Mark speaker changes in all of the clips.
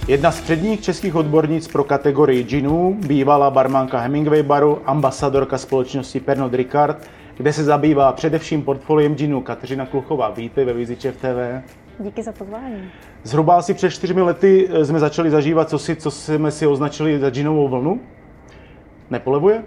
Speaker 1: Jedna z předních českých odbornic pro kategorii ginů, bývalá barmanka Hemingway baru, ambasadorka společnosti Pernod Ricard, kde se zabývá především portfoliem ginů, Kateřina Kluchová. Vítej ve Vizičev TV.
Speaker 2: Díky za pozvání.
Speaker 1: Zhruba asi před 4 lety jsme začali zažívat co jsme si označili za ginovou vlnu. Nepolevuje?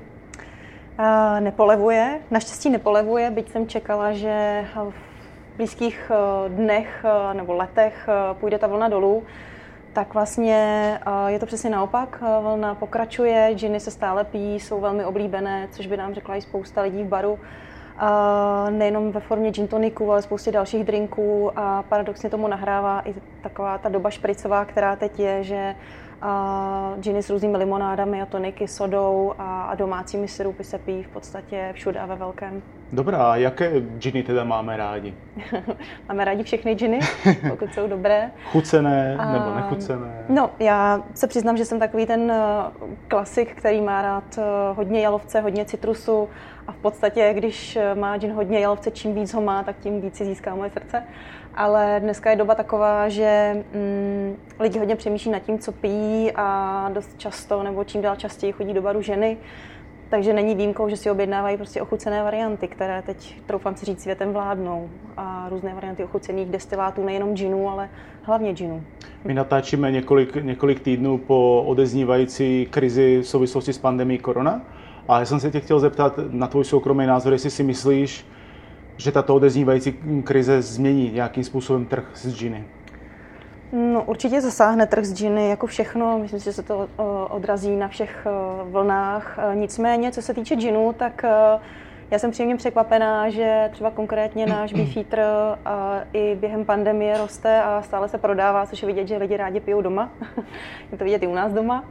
Speaker 2: Nepolevuje, naštěstí nepolevuje, byť jsem čekala, že v blízkých dnech nebo letech půjde ta vlna dolů. Tak vlastně je to přesně naopak, vlna pokračuje, giny se stále pijí, jsou velmi oblíbené, což by nám řekla i spousta lidí v baru. Nejenom ve formě gin toniku, ale spoustě dalších drinků a paradoxně tomu nahrává i taková ta doba špricová, která teď je, že giny s různými limonádami a toniky, sodou a domácími sirupy se pijí v podstatě všude a ve velkém.
Speaker 1: Dobrá, a jaké giny teda máme rádi?
Speaker 2: Máme rádi všechny giny, pokud jsou dobré.
Speaker 1: Chucené nebo nechucené?
Speaker 2: No, já se přiznám, že jsem takový ten klasik, který má rád hodně jalovce, hodně citrusu a v podstatě, když má gin hodně jalovce, čím víc ho má, tak tím víc si získá moje srdce. Ale dneska je doba taková, že lidi hodně přemýšlí nad tím, co pijí a dost často nebo čím dál častěji chodí do baru ženy. Takže není výjimkou, že si objednávají prostě ochucené varianty, které teď, troufám si říct, světem vládnou. A různé varianty ochucených destilátů, nejenom ginů, ale hlavně ginů.
Speaker 1: My natáčíme několik týdnů po odeznívající krizi v souvislosti s pandemií korona. A já jsem se tě chtěl zeptat na tvůj soukromý názor, jestli si myslíš, že tato odeznívající krize změní nějakým způsobem trh s giny?
Speaker 2: No, určitě zasáhne trh s giny jako všechno, myslím si, že se to odrazí na všech vlnách. Nicméně, co se týče ginu, tak já jsem příjemně překvapená, že třeba konkrétně náš Beefeater i během pandemie roste a stále se prodává, což je vidět, že lidi rádi pijou doma. Je to vidět i u nás doma.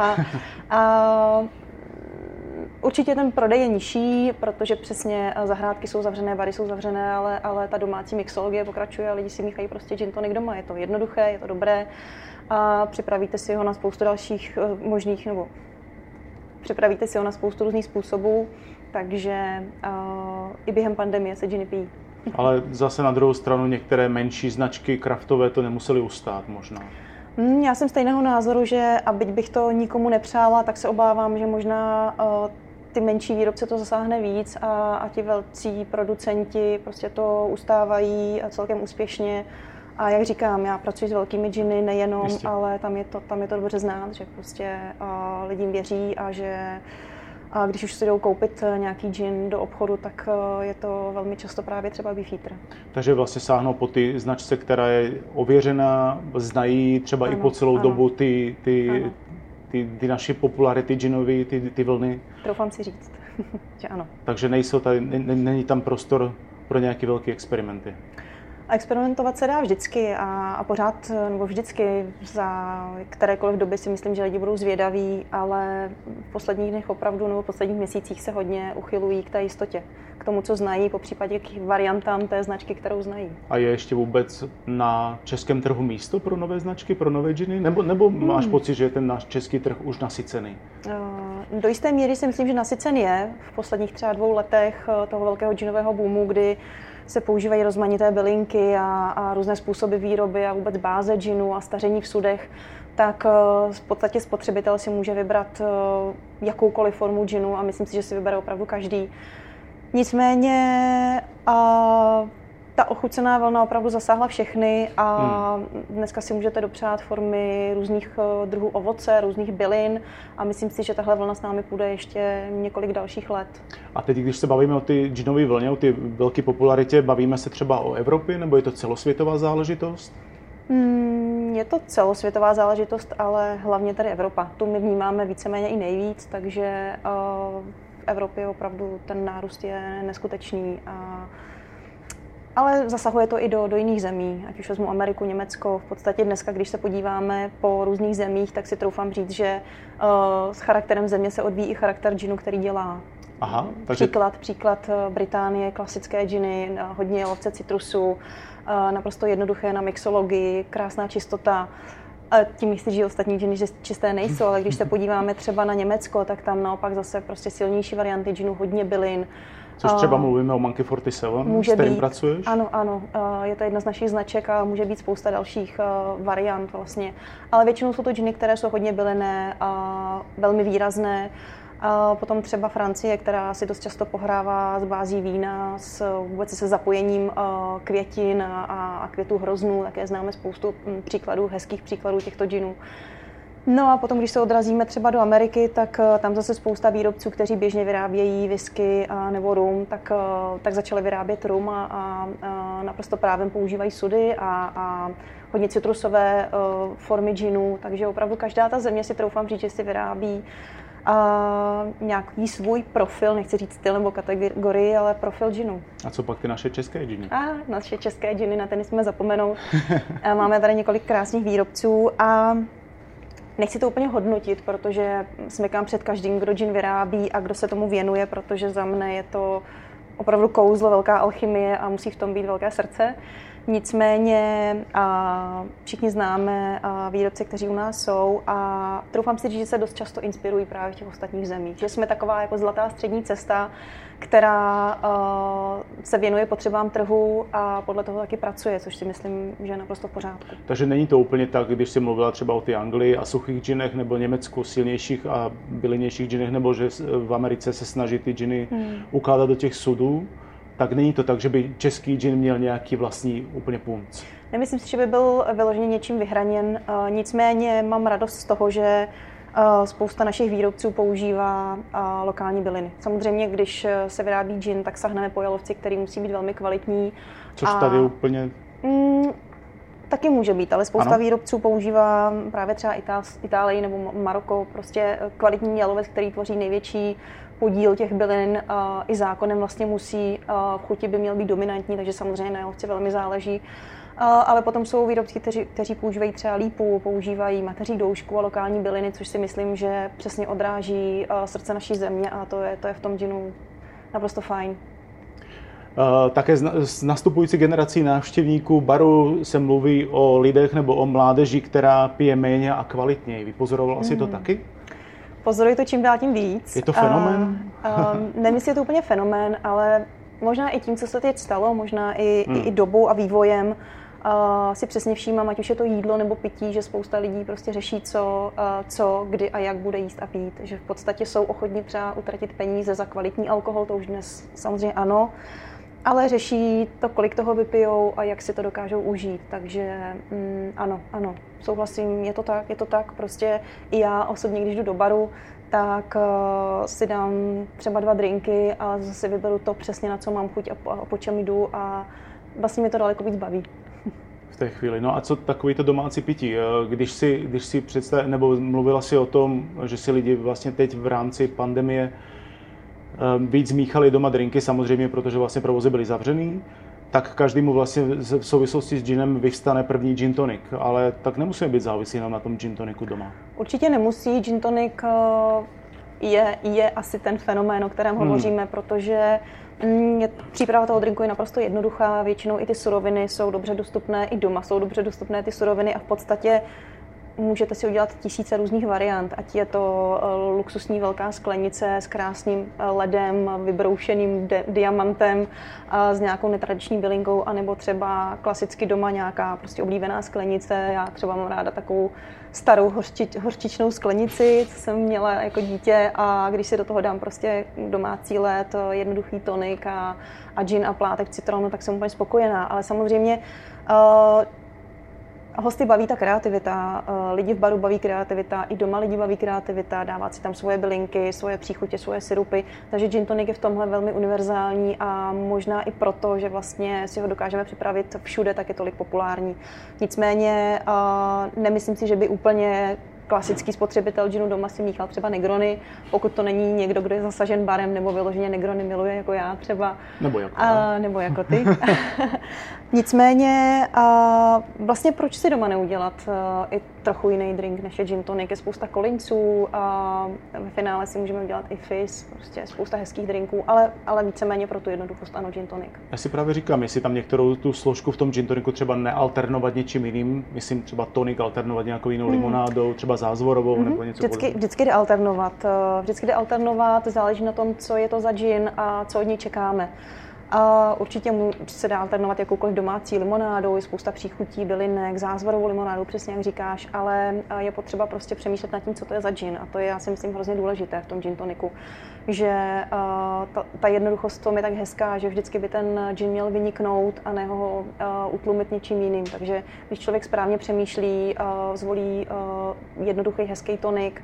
Speaker 2: Určitě ten prodej je nižší, protože přesně zahrádky jsou zavřené, bary jsou zavřené, ale ta domácí mixologie pokračuje a lidi si míchají prostě gin tonic doma. Je to jednoduché, je to dobré a připravíte si ho na spoustu dalších možných, nebo připravíte si ho na spoustu různých způsobů, takže i během pandemie se giny pijí.
Speaker 1: Ale zase na druhou stranu některé menší značky kraftové to nemusely ustát možná.
Speaker 2: Já jsem stejného názoru, že a byť bych to nikomu nepřála, tak se obávám, že možná ty menší výrobce to zasáhne víc a ti velcí producenti prostě to ustávají celkem úspěšně. A jak říkám, já pracuji s velkými giny nejenom,
Speaker 1: Jistě.
Speaker 2: Ale tam je to dobře znát, že prostě lidem věří a že a když už si jdou koupit nějaký gin do obchodu, tak je to velmi často právě třeba Beefeater.
Speaker 1: Takže vlastně sáhnou po ty značce, která je ověřená, znají třeba i po celou dobu ty naše popularity ginové, ty vlny.
Speaker 2: Troufám si říct, že ano.
Speaker 1: Takže není tam prostor pro nějaké velké experimenty.
Speaker 2: A experimentovat se dá vždycky a pořád, nebo vždycky za kterékoliv doby si myslím, že lidi budou zvědaví, ale v posledních dnech opravdu, nebo v posledních měsících se hodně uchylují k té jistotě, k tomu, co znají, po případě k variantám té značky, kterou znají. A
Speaker 1: je ještě vůbec na českém trhu místo pro nové značky, pro nové giny? Nebo máš pocit, že je ten náš český trh už nasycený?
Speaker 2: Do jisté míry si myslím, že nasycen je v posledních třeba 2 letech toho velkého ginového boomu, kdy se používají rozmanité bylinky a různé způsoby výroby a vůbec báze ginu a staření v sudech, tak v podstatě spotřebitel si může vybrat jakoukoliv formu ginu a myslím si, že si vybere opravdu každý. Nicméně ta ochucená vlna opravdu zasáhla všechny a dneska si můžete dopřát formy různých druhů ovoce, různých bylin a myslím si, že tahle vlna s námi půjde ještě několik dalších let.
Speaker 1: A teď, když se bavíme o ty ginové vlně, o ty velké popularitě, bavíme se třeba o Evropě, nebo je to celosvětová záležitost?
Speaker 2: Je to celosvětová záležitost, ale hlavně tady Evropa. Tu my vnímáme víceméně i nejvíc, takže v Evropě opravdu ten nárůst je neskutečný. Ale zasahuje to i do jiných zemí, ať už vezmu Ameriku, Německo. V podstatě dneska, když se podíváme po různých zemích, tak si troufám říct, že s charakterem země se odvíjí i charakter ginu, který dělá.
Speaker 1: Aha, takže...
Speaker 2: Příklad Británie, klasické giny, hodně jalovce, citrusu, naprosto jednoduché na mixologii, krásná čistota. Tím myslí, že ostatní giny čisté nejsou, ale když se podíváme třeba na Německo, tak tam naopak zase prostě silnější varianty ginu, hodně bylin,
Speaker 1: Což třeba mluvíme o Monkey 47, s kterým pracuješ?
Speaker 2: Ano, je to jedna z našich značek a může být spousta dalších variant vlastně. Ale většinou jsou to džiny, které jsou hodně bylinné a velmi výrazné. A potom třeba Francie, která si dost často pohrává s bází vína, vůbec se zapojením květin a květů hroznů, také známe spoustu příkladů, hezkých příkladů těchto džinů. No a potom, když se odrazíme třeba do Ameriky, tak tam zase spousta výrobců, kteří běžně vyrábějí whisky nebo rum, tak začali vyrábět rum a naprosto právem používají sudy a hodně citrusové formy džinů, takže opravdu každá ta země si troufám říct, že si vyrábí nějaký svůj profil, nechci říct styl nebo kategorii, ale profil džinu.
Speaker 1: A co pak ty naše české džiny?
Speaker 2: Naše české džiny, na ty nesmíme zapomenout. Máme tady několik krásných výrobců a nechci to úplně hodnotit, protože smykám před každým, kdo džin vyrábí a kdo se tomu věnuje, protože za mne je to opravdu kouzlo, velká alchymie a musí v tom být velké srdce. Nicméně všichni známe výrobce, kteří u nás jsou a troufám si říct, že se dost často inspirují právě v těch ostatních zemích. Že jsme taková jako zlatá střední cesta, která se věnuje potřebám trhu a podle toho taky pracuje, což si myslím, že je naprosto v pořádku.
Speaker 1: Takže není to úplně tak, když jsi mluvila třeba o té Anglii a suchých džinech nebo Německu silnějších a bylinnějších džinech, nebo že v Americe se snaží ty džiny ukládat do těch sudů, tak není to tak, že by český džin měl nějaký vlastní úplně punc.
Speaker 2: Nemyslím si, že by byl vyloženě něčím vyhraněn, nicméně mám radost z toho, že spousta našich výrobců používá lokální byliny. Samozřejmě, když se vyrábí džin, tak sahneme po jalovci, který musí být velmi kvalitní.
Speaker 1: Což tady úplně...
Speaker 2: Taky může být, ale spousta výrobců používá právě třeba Itálii nebo Maroko, prostě kvalitní jalovec, který tvoří největší podíl těch bylin, i zákonem vlastně musí, v chuti by měl být dominantní, takže samozřejmě na jalovci velmi záleží. Ale potom jsou výrobci, kteří používají třeba lípu, používají mateří doušku a lokální byliny, což si myslím, že přesně odráží srdce naší země a to je v tom džinu naprosto fajn.
Speaker 1: Také z nastupující generací návštěvníků baru se mluví o lidech nebo o mládeži, která pije méně a kvalitněji. Vypozoroval asi to taky?
Speaker 2: Pozoruji to čím dál tím víc.
Speaker 1: Je to fenomén?
Speaker 2: Nevím, jestli je to úplně fenomén, ale možná i tím, co se teď stalo, možná i dobou a vývojem, si přesně všímám, ať už je to jídlo nebo pití, že spousta lidí prostě řeší, co, kdy a jak bude jíst a pít. Že v podstatě jsou ochotní třeba utratit peníze za kvalitní alkohol, to už dnes samozřejmě ano, ale řeší to, kolik toho vypijou a jak si to dokážou užít. Takže ano, souhlasím, je to tak. Prostě i já osobně, když jdu do baru, tak si dám třeba 2 drinky a zase vyberu to přesně, na co mám chuť a po čem jdu a vlastně mi to daleko víc baví.
Speaker 1: V té chvíli. No a co takový to domácí pití? Když si nebo mluvila si o tom, že si lidi vlastně teď v rámci pandemie víc míchali doma drinky, samozřejmě, protože vlastně provozy byly zavřený, tak každému vlastně v souvislosti s ginem vyvstane první gin tonic, ale tak nemusíme být závislí na tom gin tonicu doma.
Speaker 2: Určitě nemusí. Gin tonic je asi ten fenomén, o kterém hovoříme, protože příprava toho drinku je naprosto jednoduchá, většinou i ty suroviny jsou dobře dostupné, i doma jsou dobře dostupné ty suroviny a v podstatě můžete si udělat tisíce různých variant, ať je to luxusní velká sklenice s krásným ledem, vybroušeným diamantem, s nějakou netradiční bylinkou, anebo třeba klasicky doma nějaká prostě oblíbená sklenice. Já třeba mám ráda takovou starou hořčičnou sklenici, co jsem měla jako dítě a když si do toho dám prostě domácí led, jednoduchý tonik a gin a plátek citronu, tak jsem úplně spokojená. Ale samozřejmě hosty baví ta kreativita, lidi v baru baví kreativita, i doma lidi baví kreativita, dávat si tam svoje bylinky, svoje příchutě, svoje sirupy, takže gin tonic je v tomhle velmi univerzální a možná i proto, že vlastně si ho dokážeme připravit všude, tak je tolik populární. Nicméně nemyslím si, že by úplně klasický spotřebitel ginu doma si míchal třeba negrony, pokud to není někdo, kdo je zasažen barem nebo vyloženě negrony miluje, jako já třeba. Nebo jako ty. Nicméně vlastně proč si doma neudělat i trochu jiný drink, než je gin tonic. Je spousta kolinců a ve finále si můžeme udělat i fizz, prostě spousta hezkých drinků, ale víceméně pro tu jednoduchost ano, gin tonic.
Speaker 1: Já si právě říkám, jestli tam některou tu složku v tom gin tonicu třeba nealternovat něčím jiným, myslím třeba tonik alternovat nějakou jinou limonádou, třeba zázvorovou nebo něco podobného.
Speaker 2: Vždycky jde alternovat, záleží na tom, co je to za gin a co od něj čekáme. A určitě se dá alternovat jakoukoliv domácí limonádou, je spousta příchutí, bylinek, zázvorovou limonádou, přesně jak říkáš, ale je potřeba prostě přemýšlet nad tím, co to je za gin. A to je, já si myslím, hrozně důležité v tom gin toniku, že ta jednoduchost tom je tak hezká, že vždycky by ten gin měl vyniknout a ne ho utlumit něčím jiným. Takže když člověk správně přemýšlí, zvolí jednoduchý, hezký tonik,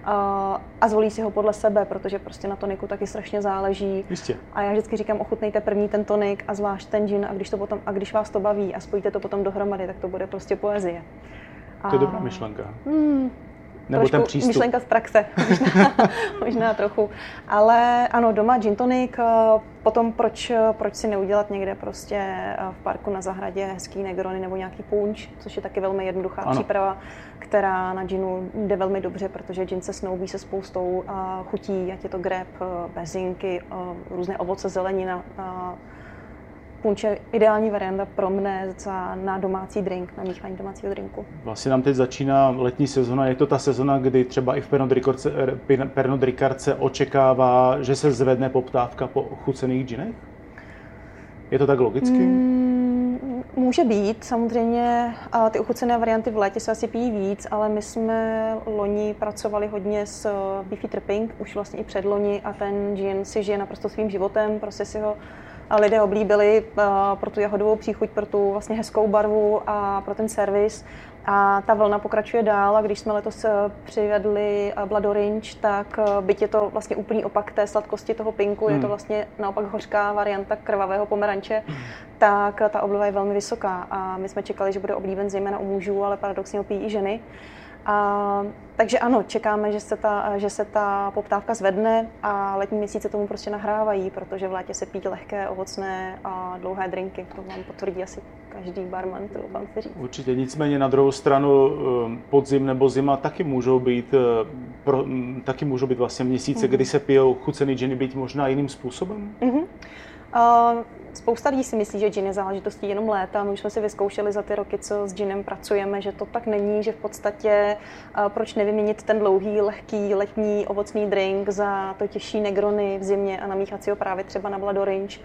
Speaker 2: a zvolí si ho podle sebe, protože prostě na toniku taky strašně záleží.
Speaker 1: Jistě.
Speaker 2: A já vždycky říkám, ochutnejte první ten tonik a zvlášť ten gin a když vás to baví a spojíte to potom dohromady, tak to bude prostě poezie.
Speaker 1: To je dobrá myšlenka. Nebo ten přístup.
Speaker 2: Myšlenka z praxe, možná trochu. Ale ano, doma gin tonic, potom proč si neudělat někde prostě v parku na zahradě hezký negrony nebo nějaký punč, což je taky velmi jednoduchá příprava, která na ginu jde velmi dobře, protože gin se snoubí se spoustou chutí, ať je to grape, bezinky, různé ovoce, zelenina. Punč je ideální varianta pro mne na domácí drink, na míchání domácího drinku.
Speaker 1: Vlastně nám teď začíná letní sezona. Je to ta sezona, kdy třeba i v Pernod Ricardce očekává, že se zvedne poptávka po ochucených ginech? Je to tak logicky?
Speaker 2: Může být. Samozřejmě ty ochucené varianty v létě se asi pijí víc, ale my jsme loni pracovali hodně s Beefeater Pink, už vlastně i předloni, a ten gin si žije naprosto svým životem, prostě si ho lidé oblíbili pro tu jahodovou příchuť, pro tu vlastně hezkou barvu a pro ten servis. A ta vlna pokračuje dál a když jsme letos přivedli Blood Orange, tak byť je to vlastně úplný opak té sladkosti toho pinku, je to vlastně naopak hořká varianta krvavého pomeranče, tak ta obliba je velmi vysoká a my jsme čekali, že bude oblíben zejména u mužů, ale paradoxně ho pijí i ženy. Takže ano, čekáme, že se ta poptávka zvedne a letní měsíce tomu prostě nahrávají, protože v létě se pijí lehké, ovocné a dlouhé drinky. To vám potvrdí asi každý barman, to vám si říct.
Speaker 1: Určitě, nicméně na druhou stranu podzim nebo zima taky můžou být vlastně měsíce, kdy se pijou chucený giny, být možná jiným způsobem?
Speaker 2: Spousta lidí si myslí, že gin je záležitostí jenom léta. My už jsme si vyzkoušeli za ty roky, co s ginem pracujeme, že to tak není, že v podstatě proč nevyměnit ten dlouhý, lehký, letní ovocný drink za to těžší negrony v zimě a namíchat si ho právě třeba na Blood Orange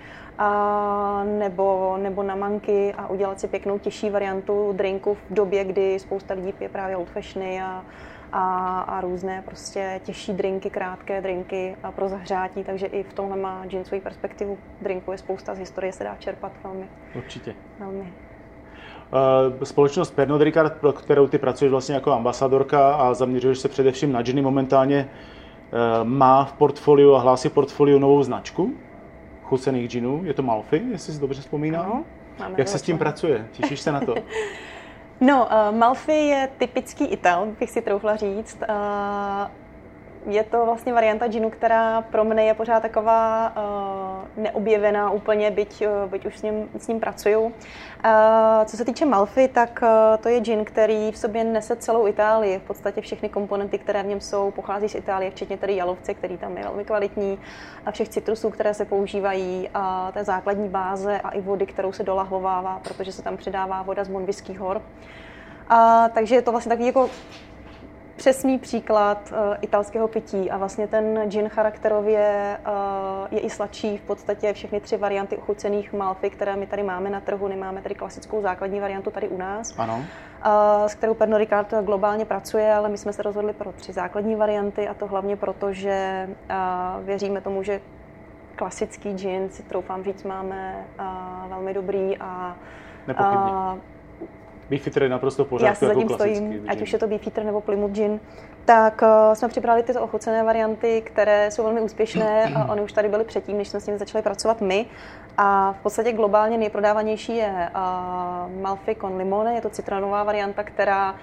Speaker 2: nebo na manky a udělat si pěknou těžší variantu drinku v době, kdy spousta lidí pije právě old fashiony a různé prostě těžší drinky, krátké drinky pro zahřátí, takže i v tomhle má gin svoji perspektivu. Drinku je spousta, z historie se dá čerpat velmi.
Speaker 1: Určitě.
Speaker 2: Velmi.
Speaker 1: Společnost Pernod Ricard, pro kterou ty pracuješ vlastně jako ambasadorka a zaměřuješ se především na giny, momentálně má v portfoliu a hlásí v portfoliu novou značku chucených ginů. Je to Malfy, jestli si dobře vzpomínám. Jak se s tím pracuje? Těšíš se na to?
Speaker 2: No, Malfy je typický Ital, bych si troufla říct. Je to vlastně varianta ginu, která pro mne je pořád taková neobjevená úplně, byť už s ním pracuju. Co se týče Malfy, tak to je gin, který v sobě nese celou Itálii. V podstatě všechny komponenty, které v něm jsou, pochází z Itálie, včetně tedy jalovce, který tam je velmi kvalitní, a všech citrusů, které se používají, a té základní báze a i vody, kterou se dolahvovává, protože se tam přidává voda z Monviských hor. Takže je to vlastně takový jako přesný příklad italského pití a vlastně ten gin charakterově je i sladší. V podstatě všechny 3 varianty ochucených Malfy, které my tady máme na trhu, nemáme tady klasickou základní variantu tady u nás,
Speaker 1: ano.
Speaker 2: S kterou Pernod Ricard globálně pracuje, ale my jsme se rozhodli pro 3 základní varianty a to hlavně proto, že věříme tomu, že klasický gin, si troufám říct, máme velmi dobrý a
Speaker 1: nepochybně. Beefeater je naprosto v pořádku jako klasický.
Speaker 2: Ať už je to Beefeater nebo Plymouth gin, tak jsme připravili tyto ochucené varianty, které jsou velmi úspěšné a oni už tady byly předtím, než jsme s nimi začali pracovat my. A v podstatě globálně nejprodávanější je Malfy con limone, je to citronová varianta, která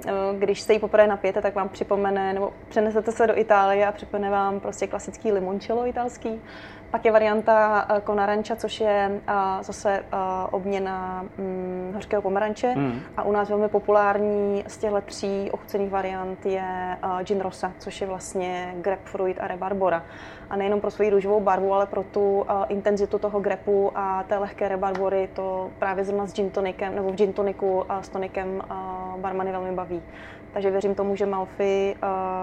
Speaker 2: když se ji poprvé napijete, tak vám připomene, nebo přenesete se do Itálie a připomene vám prostě klasický limoncello italský. Pak je varianta con arancia, což je zase obměna hořkého pomeranče. A u nás velmi populární z těchto 3 ochucených variant je gin rosa, což je vlastně grapefruit a rebarbora. A nejenom pro svoji růžovou barvu, ale pro tu intenzitu toho grapu a té lehké rebarbory to právě zrovna s gin tonikem, nebo v gin toniku a s tonikem barmany velmi baví. Takže věřím tomu, že Malfy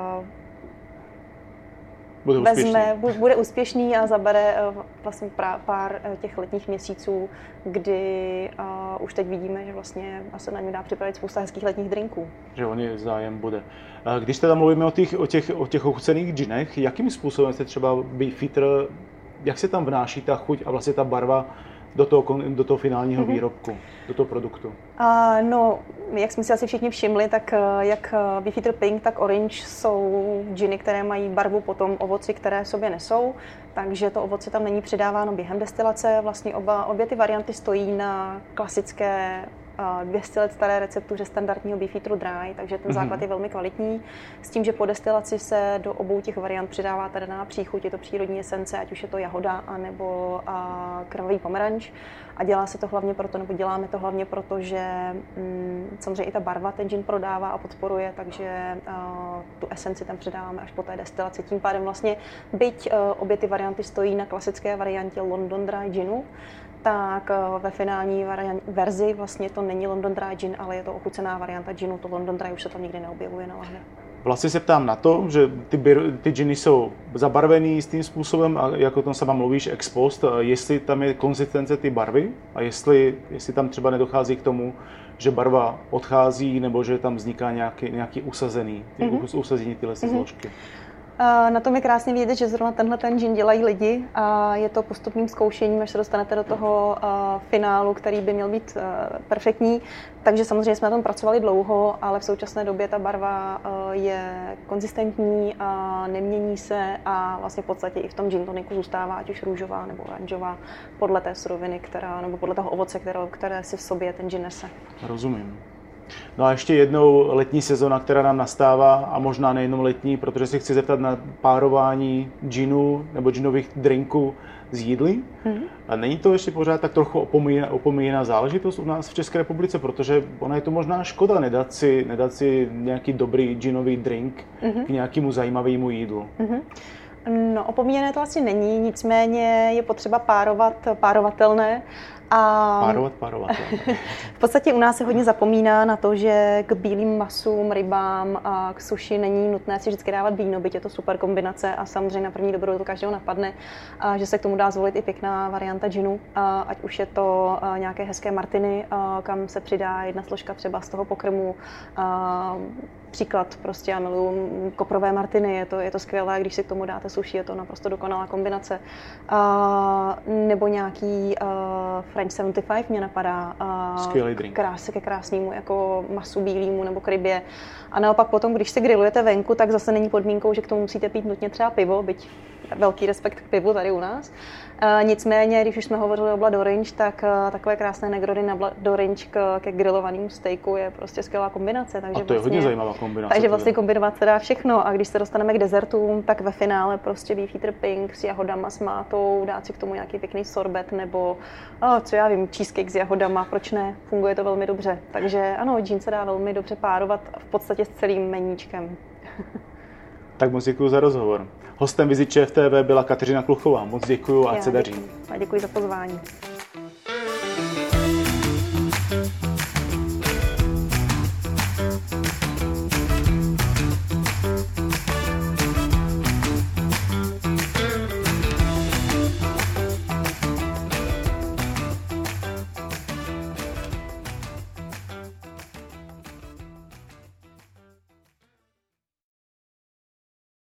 Speaker 2: bude úspěšný a zabere vlastně pár těch letních měsíců, kdy už teď vidíme, že vlastně se na ně dá připravit spousta hezkých letních drinků.
Speaker 1: Že o ně zájem bude. Když teda mluvíme o těch ochucených ginech, jakým způsobem se třeba Beefeater, jak se tam vnáší ta chuť a vlastně ta barva do toho finálního výrobku, do toho produktu?
Speaker 2: No, jak jsme si asi všichni všimli, tak jak Beefeater Pink, tak Orange jsou giny, které mají barvu po tom ovoci, které sobě nesou, takže to ovoce tam není přidáváno během destilace. Vlastně obě ty varianty stojí na klasické 200 let staré receptuře standardního Beefeateru Dry, takže ten základ je velmi kvalitní. S tím, že po destilaci se do obou těch variant přidává ta daná příchuť, je to přírodní esence, ať už je to jahoda, anebo krvavý pomeranč. A děláme to hlavně proto, že samozřejmě i ta barva ten gin prodává a podporuje, takže tu esenci tam přidáváme až po té destilaci. Tím pádem vlastně, byť obě ty varianty stojí na klasické variantě London Dry ginu, tak ve finální verzi vlastně to není London Dry gin, ale je to ochucená varianta ginu. To London Dry už se tam nikdy neobjevuje na lahvi.
Speaker 1: Vlastně se ptám na to, že ty giny jsou zabarvený s tím způsobem, a jak o tom sama mluvíš, ex post, jestli tam je konzistence ty barvy a jestli tam třeba nedochází k tomu, že barva odchází nebo že tam vzniká nějaký usazení tyhle složky.
Speaker 2: Na tom je krásně vidět, že zrovna tenhle ten gin dělají lidi a je to postupným zkoušením, až se dostanete do toho finálu, který by měl být perfektní. Takže samozřejmě jsme na tom pracovali dlouho, ale v současné době ta barva je konzistentní a nemění se a vlastně v podstatě i v tom gin toniku zůstává ať už růžová nebo oranžová podle té suroviny, nebo podle toho ovoce, které si v sobě ten gin nese.
Speaker 1: Rozumím. No a ještě jednou letní sezona, která nám nastává, a možná nejenom letní, protože se chci zeptat na párování ginu nebo ginových drinků z jídly. A není to ještě pořád tak trochu opomíjená záležitost u nás v České republice, protože ona je to možná škoda nedat si nějaký dobrý ginový drink k nějakému zajímavému jídlu.
Speaker 2: No, opomíjené to asi není, nicméně je potřeba párovatelné.
Speaker 1: Párovat.
Speaker 2: V podstatě u nás se hodně zapomíná na to, že k bílým masům, rybám a k suši není nutné si vždycky dávat víno, byť je to super kombinace a samozřejmě na první dobrou to každého napadne, že se k tomu dá zvolit i pěkná varianta ginu, ať už je to nějaké hezké martiny, kam se přidá jedna složka třeba z toho pokrmu. Příklad, prostě já miluji koprové martiny, je to skvělé, když si k tomu dáte sushi, je to naprosto dokonalá kombinace. Nebo nějaký French 75 mě napadá.
Speaker 1: Skvělý drink.
Speaker 2: Ke krásnému jako masu bílému nebo k rybě. A naopak potom, když se grillujete venku, tak zase není podmínkou, že k tomu musíte pít nutně třeba pivo, byť velký respekt k pivu tady u nás. Nicméně, když už jsme hovořili o Blood Orange, tak takové krásné negrody na Blood Orange ke grillovanému steaku je prostě skvělá kombinace. Takže
Speaker 1: a to je hodně zajímavá kombinace.
Speaker 2: Takže vlastně kombinovat se dá všechno. A když se dostaneme k dezertům, tak ve finále prostě Beefeater Pink s jahodama, s mátou, dát si k tomu nějaký pěkný sorbet nebo, co já vím, cheesecake s jahodama, proč ne? Funguje to velmi dobře. Takže ano, gin se dá velmi dobře párovat v podstatě s celým meníčkem.
Speaker 1: Tak moc děkuji za rozhovor. Hostem Visit Chef TV byla Kateřina Kluchová. Moc děkuji a ať se daří.
Speaker 2: A děkuji za pozvání.